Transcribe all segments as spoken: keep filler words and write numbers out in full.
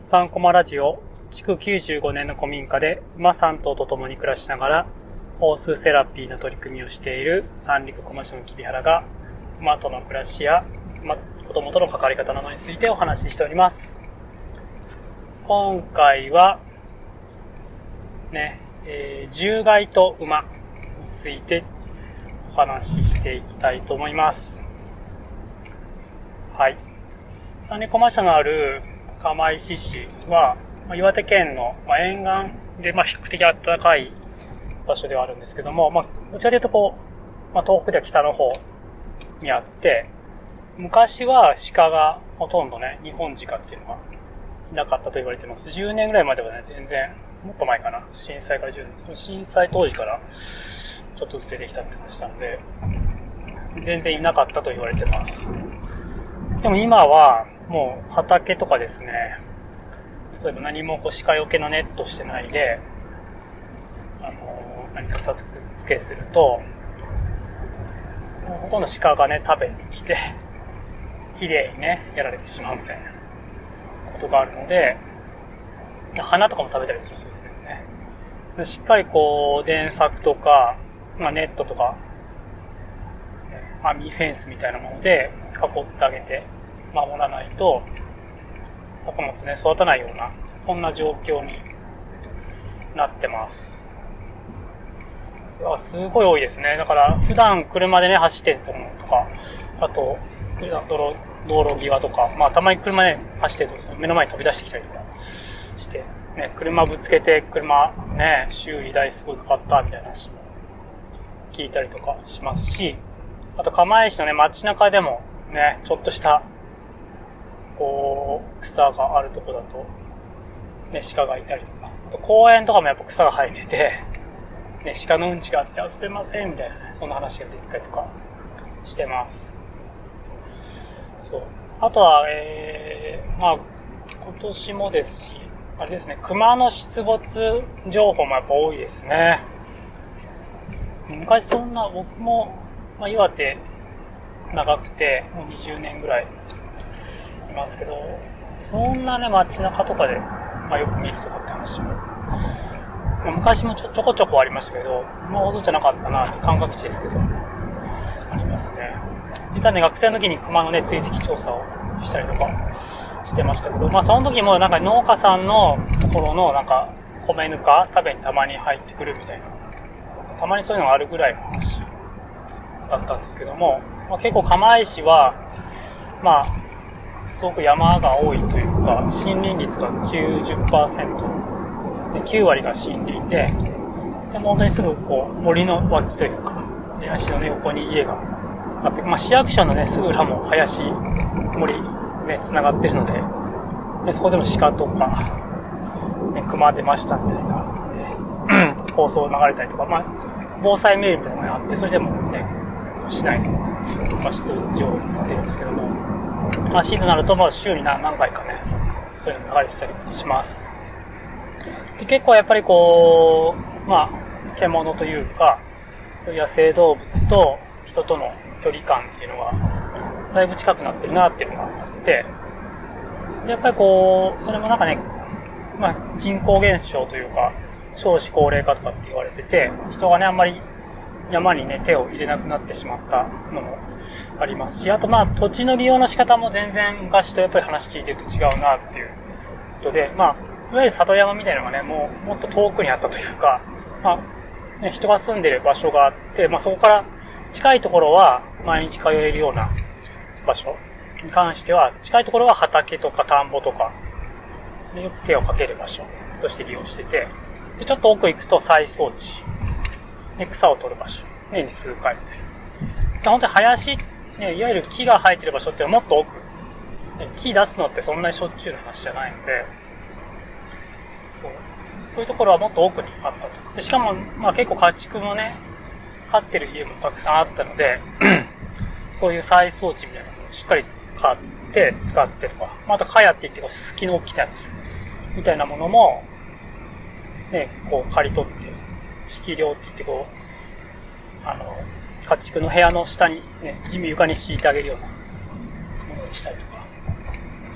さんコマラジオ、築きゅうじゅうごねんの古民家で馬さん頭と共に暮らしながらオースセラピーの取り組みをしている三陸コマ署の桐原が馬との暮らしや馬子供との関わり方などについてお話ししております。今回はね、えー、獣害と馬についてお話ししていきたいと思います。はい。三陸コマ署のある釜石市は、まあ、岩手県の、まあ、沿岸で、まあ、比較的暖かい場所ではあるんですけども、まあ、どちらかというとこう、まあ、東北では北の方にあって、昔は鹿がほとんどね、日本鹿っていうのがいなかったと言われてます。じゅうねんぐらいまではね、全然、もっと前かな。震災からじゅうねん。その震災当時からちょっとずつ出てきたって話なので、全然いなかったと言われてます。でも今は、もう畑とかですね、例えば何もこう鹿よけのネットしてないで、あのー、何かさつけすると、ほとんど鹿がね、食べに来て、綺麗にね、やられてしまうみたいなことがあるので、花とかも食べたりするそうですけどね。しっかりこう、電柵とか、まあ、ネットとか、網フェンスみたいなもので囲ってあげて守らないと作物ね育たないようなそんな状況になってます。それはすごい多いですね。だから普段車でね走ってるのとか、あと道路道路際とか、まあたまに車ね走ってると目の前に飛び出してきたりとかしてね、車ぶつけて車ね修理代すごいかかったみたいな話も聞いたりとかしますし。あと釜石のね街中でもねちょっとしたこう草があるとこだとね鹿がいたりとか、あと公園とかもやっぱ草が生えててね鹿のうんちがあって遊べませんみたいな、ね、そんな話が出てきたりとかしてます。そう。あとはえー、まあ今年もですしあれですね、熊の出没情報もやっぱ多いですね。昔そんな僕もまあ、岩手長くてもうにじゅうねんぐらいいますけど、そんなね街中とかで、まあ、よく見るとかって話も、まあ、昔もちょちょこちょこありましたけど今ほどじゃなかったなって感覚値ですけどありますね。実はね学生の時に熊のね追跡調査をしたりとかしてましたけど、まあその時もなんか農家さんのところのなんか米ぬか食べにたまに入ってくるみたいな、たまにそういうのがあるぐらいの話だったんですけども、まあ、結構釜石はまあすごく山が多いというか森林率が きゅうじゅっパーセント できゅうわりが森林で、でも本当にすぐこう森の脇というか林の、ね、横に家があって、まあ、市役所のねすぐ裏も林森ねつながってるので、でそこでも鹿とか、ね、熊出ましたみたいな、ね、放送流れたりとか、まあ、防災メールみたいなのがあって、それでもね市内の、まあ、出没情報になってるんですけども、まあ、シーズンになるとまあ週に何回かねそういうの流れてきたりします。で結構やっぱりこうまあ獣というかそういう野生動物と人との距離感っていうのがだいぶ近くなってるなっていうのがあって、でやっぱりこうそれもなんかね、まあ、人口減少というか少子高齢化とかって言われてて、人がねあんまり山にね手を入れなくなってしまったのもありますし、あとまあ土地の利用の仕方も全然昔とやっぱり話聞いてると違うなっていうことで、まあいわゆる里山みたいなのがねもうもっと遠くにあったというか、まあね、人が住んでる場所があって、まあそこから近いところは毎日通えるような場所に関しては、近いところは畑とか田んぼとかでよく手をかける場所として利用してて、でちょっと奥行くと再草地で草を取る場所、年に数回みたいな。本当に林、ね、いわゆる木が生えてる場所ってもっと奥、木出すのってそんなにしょっちゅうの話じゃないので、そう、そういうところはもっと奥にあったと。でしかも、まあ、結構家畜もね、飼ってる家もたくさんあったので、そういう再草地みたいなのをしっかり買って使ってとか、また茅って言ってこうスキの大きなやつみたいなものもね、こう借り取って敷量って言ってこうあの家畜の部屋の下にね地味床に敷いてあげるようなものにしたりとか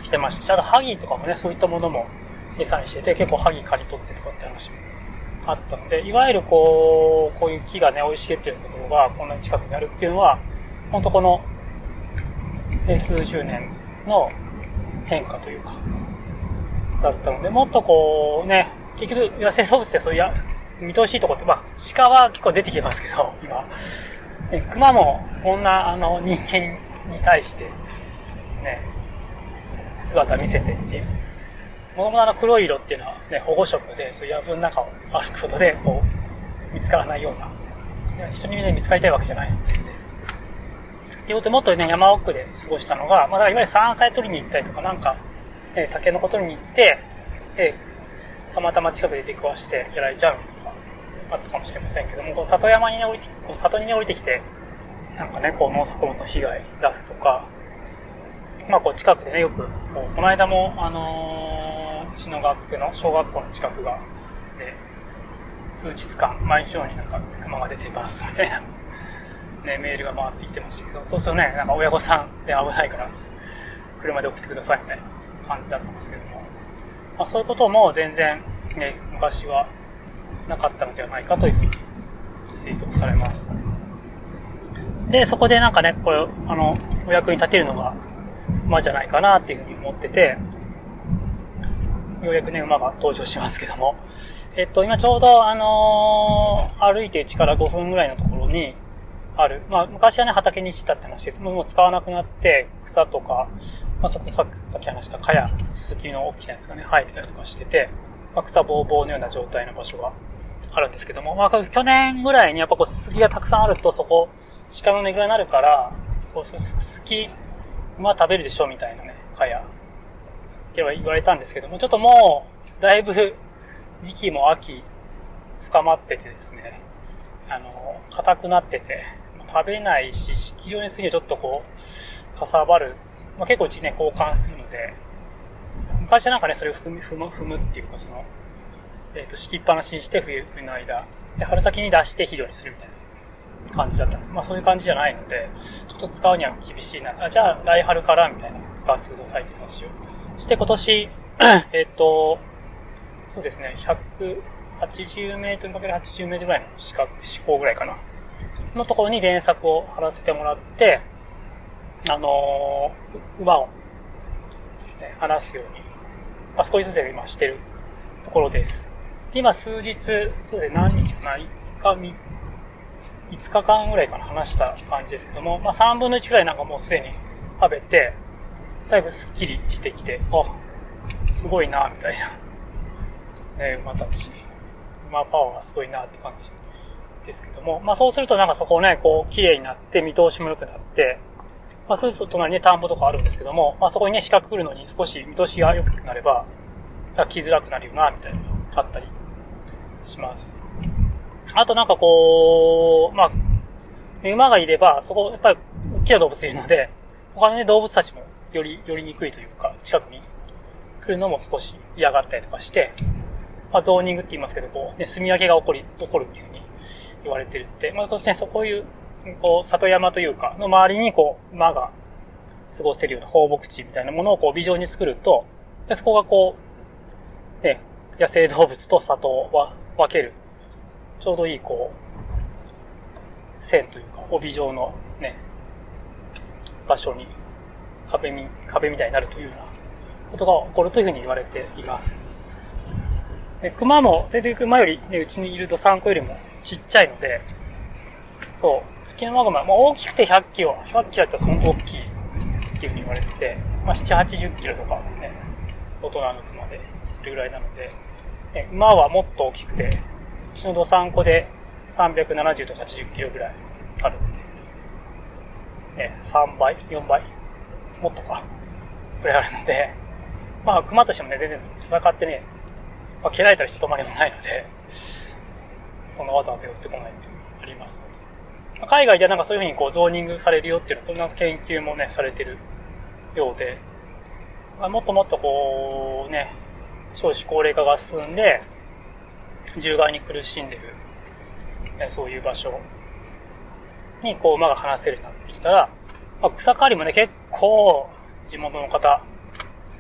してましたし、あとハギとかもね、そういったものも餌にしてて、結構ハギ刈り取ってとかって話もあったので、いわゆるこう、こういう木がね、生い茂っているところがこんなに近くにあるっていうのは、本当この数十年の変化というか、だったので、もっとこうね、結局野生動物ってそういう見通しいところって、まあ鹿は結構出てきてますけど、今。ね、熊もそんなあの人間に対してね、姿見せてっていう。もともとあの黒い色っていうのはね、保護色で、そういう藪の中を歩くことで、こう、見つからないような。人に見つかりたいわけじゃないんですよね。っていうことで、もっとね、山奥で過ごしたのが、まあ、だからいわゆる山菜取りに行ったりとか、なんか、ね、竹のことに行って、で、たまたま近くで出くわしてやられちゃうとか、あったかもしれませんけども、こう里山にね、降りて、こう里にね、降りてきて、なんかね、こう農作物の被害出すとか、まあ、こう近くでね、よく、こうこの間も、あのー、うちの学区の小学校の近くが、で、数日間、毎日のようになんか熊が出てますみたいな、ね、メールが回ってきてましたけど、そうするとね、なんか親御さんで危ないから、車で送ってくださいみたいな感じだったんですけども、まあ、そういうことも全然、ね、昔はなかったのではないかというふうに推測されます。で、そこでなんかね、これ、あの、お役に立てるのが馬じゃないかなっていうふうに思ってて、ようやくね、馬が登場しますけども、えっと、今ちょうど、あのー、歩いてうちからごふんぐらいのところにある、まあ、昔はね、畑にしてたって話です。もう使わなくなって、草とか、まあ、そこにさっき話した茅やススキの大きなやつがね、生えてたりとかしてて、まあ、草ぼうぼうのような状態の場所があるんですけども、まあ、去年ぐらいにやっぱこう、ススキがたくさんあると、そこ、鹿のねぐらになるから、こう、ススキ、馬食べるでしょみたいなね、茅って言われたんですけども、ちょっともう、だいぶ、時期も秋、深まっててですね、あの、硬くなってて、食べないし、非常にすぎるちょっとこう、かさばる。まあ、結構うちね、交換するので、昔はなんかね、それを踏む、踏む、踏むっていうか、その、えっと、敷きっぱなしにして冬、冬の間、で、春先に出して肥料にするみたいな感じだったんです。まあ、そういう感じじゃないので、ちょっと使うには厳しいな。あ、じゃあ、来春からみたいな、使わせてくださいって話をして、今年、えっと、そうですね、ひゃくはちじゅうメートルかけるはちじゅうメートルぐらいの四角、四方ぐらいかな。のところに電柵を張らせてもらって、あのー、馬を、ね、離すように、あ、少しずつ今してるところです。で今数日、そうですね、何日かな、いつかみ、いつかかんぐらいかな、話した感じですけども、まあさんぶんのいちぐらいなんかもうすでに食べて、だいぶスッキリしてきて、あ、すごいな、みたいな。ね、馬たち、馬パワーがすごいなって感じですけども、まあそうするとなんかそこをね、こう綺麗になって見通しも良くなって、まあそうすると隣にね、田んぼとかあるんですけども、まあそこにね、四角来るのに少し見通しが良くなれば、来づらくなるよな、みたいなのがあったりします。あとなんかこう、まあ、馬がいれば、そこ、やっぱり大きな動物いるので、他のね、動物たちもより、よりにくいというか、近くに来るのも少し嫌がったりとかして、まあ、ゾーニングって言いますけど、こう、ね、住み分けが起こり、起こるっていうふうに言われてるって、まあ、そしてね、そこいう、こう、里山というか、の周りにこう、馬が過ごせるような放牧地みたいなものをこう、微妙に作ると、でそこがこう、ね、野生動物と里を分ける、ちょうどいいこう、線というか、帯状のね、場所に、壁み、壁みたいになるというようなことが起こるというふうに言われています。で熊も、全然熊より、ね、うちにいるドサンコよりもちっちゃいので、そう、ツキノマグマ、まあ、大きくてひゃっキロ、ひゃっキロだったらそんな大きいっていうふうに言われてて、まあ、ななじゅう、はちじゅっキロとかね、大人の熊で、それぐらいなので、ね、馬はもっと大きくて、うちのドサンコでさんびゃくななじゅうとかはちじゅっキロぐらいあるので、ね、さんばい、よんばい、もっとか、ぐらいあるので、まあ、熊としてもね、全然戦ってね、まあ、蹴られたりひとたまりもないので、そんなわざわざ寄ってこないというのがありますので、まあ、海外ではなんかそういうふうにこうゾーニングされるよっていうの、そんな研究もね、されてるようで、まあ、もっともっとこうね、少子高齢化が進んで、獣害に苦しんでる、ね、そういう場所にこう馬が離せるようになってきたら、まあ、草刈りもね、結構地元の方、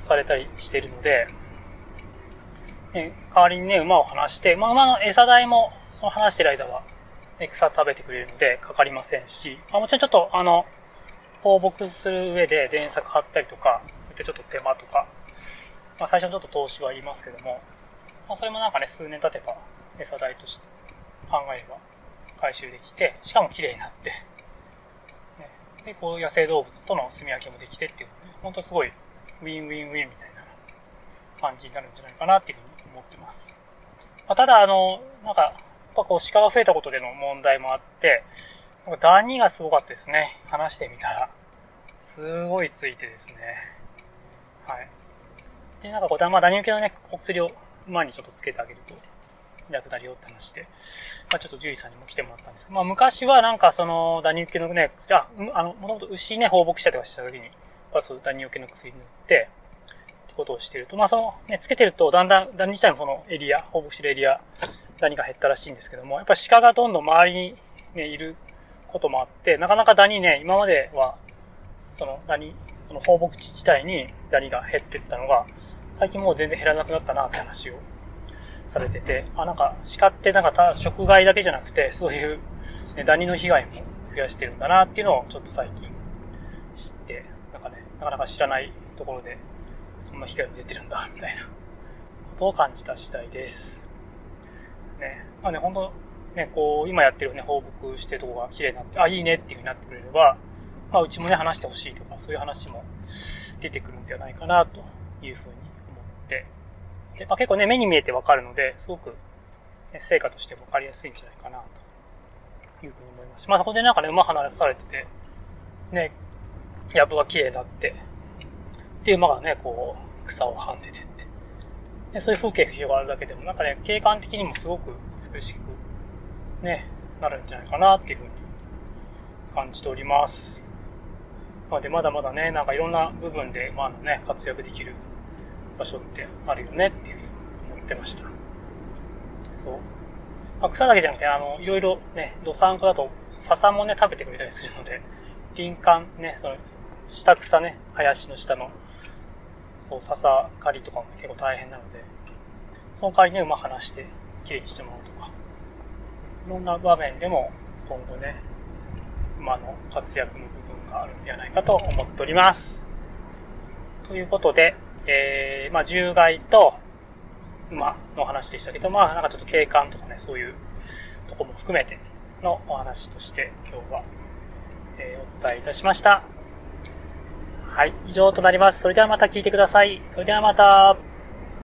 されたりしているので、ね、代わりにね、馬を離して、まあ馬の餌代も、その離している間は、ね、草食べてくれるのでかかりませんし、まあ、もちろんちょっと、あの、放牧する上で電柵張ったりとか、そういったちょっと手間とか、まあ最初のちょっと投資は言いますけども、まあそれもなんかね、数年経てば、餌代として考えれば回収できて、しかも綺麗になって、ね、で、こう野生動物との住み分けもできてっていうので、本当すごいウィンウィンウィンみたいな感じになるんじゃないかなっていうふうに思ってます。まあ、ただ、あの、なんか、やっぱこう鹿が増えたことでの問題もあって、なんかダニがすごかったですね。話してみたら。すごいついてですね。はい。で、なんかこう、まあ、ダニ受けのね、お薬を馬にちょっとつけてあげると、いなくなるよって話で、まあ、ちょっと獣医さんにも来てもらったんですけど、まあ、昔はなんかその、ダニ受けのね、あ、あの、もともと牛ね、放牧したりとかした時に、まあ、そうダニ受けの薬塗って、ってことをしていると、まあ、その、ね、つけてると、だんだん、ダニ自体もそのエリア、放牧してるエリア、ダニが減ったらしいんですけども、やっぱり鹿がどんどん周りにね、いることもあって、なかなかダニね、今までは、そのダニ、その放牧地自体にダニが減っていったのが、最近もう全然減らなくなったなって話をされてて、あ、なんか鹿ってなんかた食害だけじゃなくて、そういう、ね、ダニの被害も増やしてるんだなっていうのをちょっと最近知って、なんかね、なかなか知らないところで、そんな被害も出てるんだ、みたいなことを感じた次第です。ね、まあね、ほんと、ね、こう、今やってるね、放牧してるとこが綺麗になって、あ、いいねっていう風になってくれれば、まあ、うちもね、話してほしいとか、そういう話も出てくるんではないかな、という風に思って、で、まあ、結構ね、目に見えてわかるので、すごく、ね、成果としてわかりやすいんじゃないかな、という風に思います。まあ、そこでなんかね、馬離されてて、ね、藪が綺麗になって、で、馬がね、こう、草をはんでてって、で、そういう風景が広がるだけでも、なんかね、景観的にもすごく美しく、ね、なるんじゃないかな、っていう風に感じております。まあ、で、まだまだね、なんかいろんな部分で、まあね、活躍できる場所ってあるよね、っていうふうに思ってました。そう。まあ、草だけじゃなくて、あの、いろいろね、どさんこだと、笹もね、食べてくれたりするので、林間ね、その、下草ね、林の下の、そう、笹刈りとかも結構大変なので、その代わりね、馬離して、きれいにしてもらうとか、いろんな場面でも、今後ね、馬の活躍の部分があるんではないかと思っております。ということで、えー、まあ、獣害と馬の話でしたけど、まあ、なんかちょっと景観とかね、そういうところも含めてのお話として今日は、えー、お伝えいたしました。はい、以上となります。それではまた聞いてください。それではまた。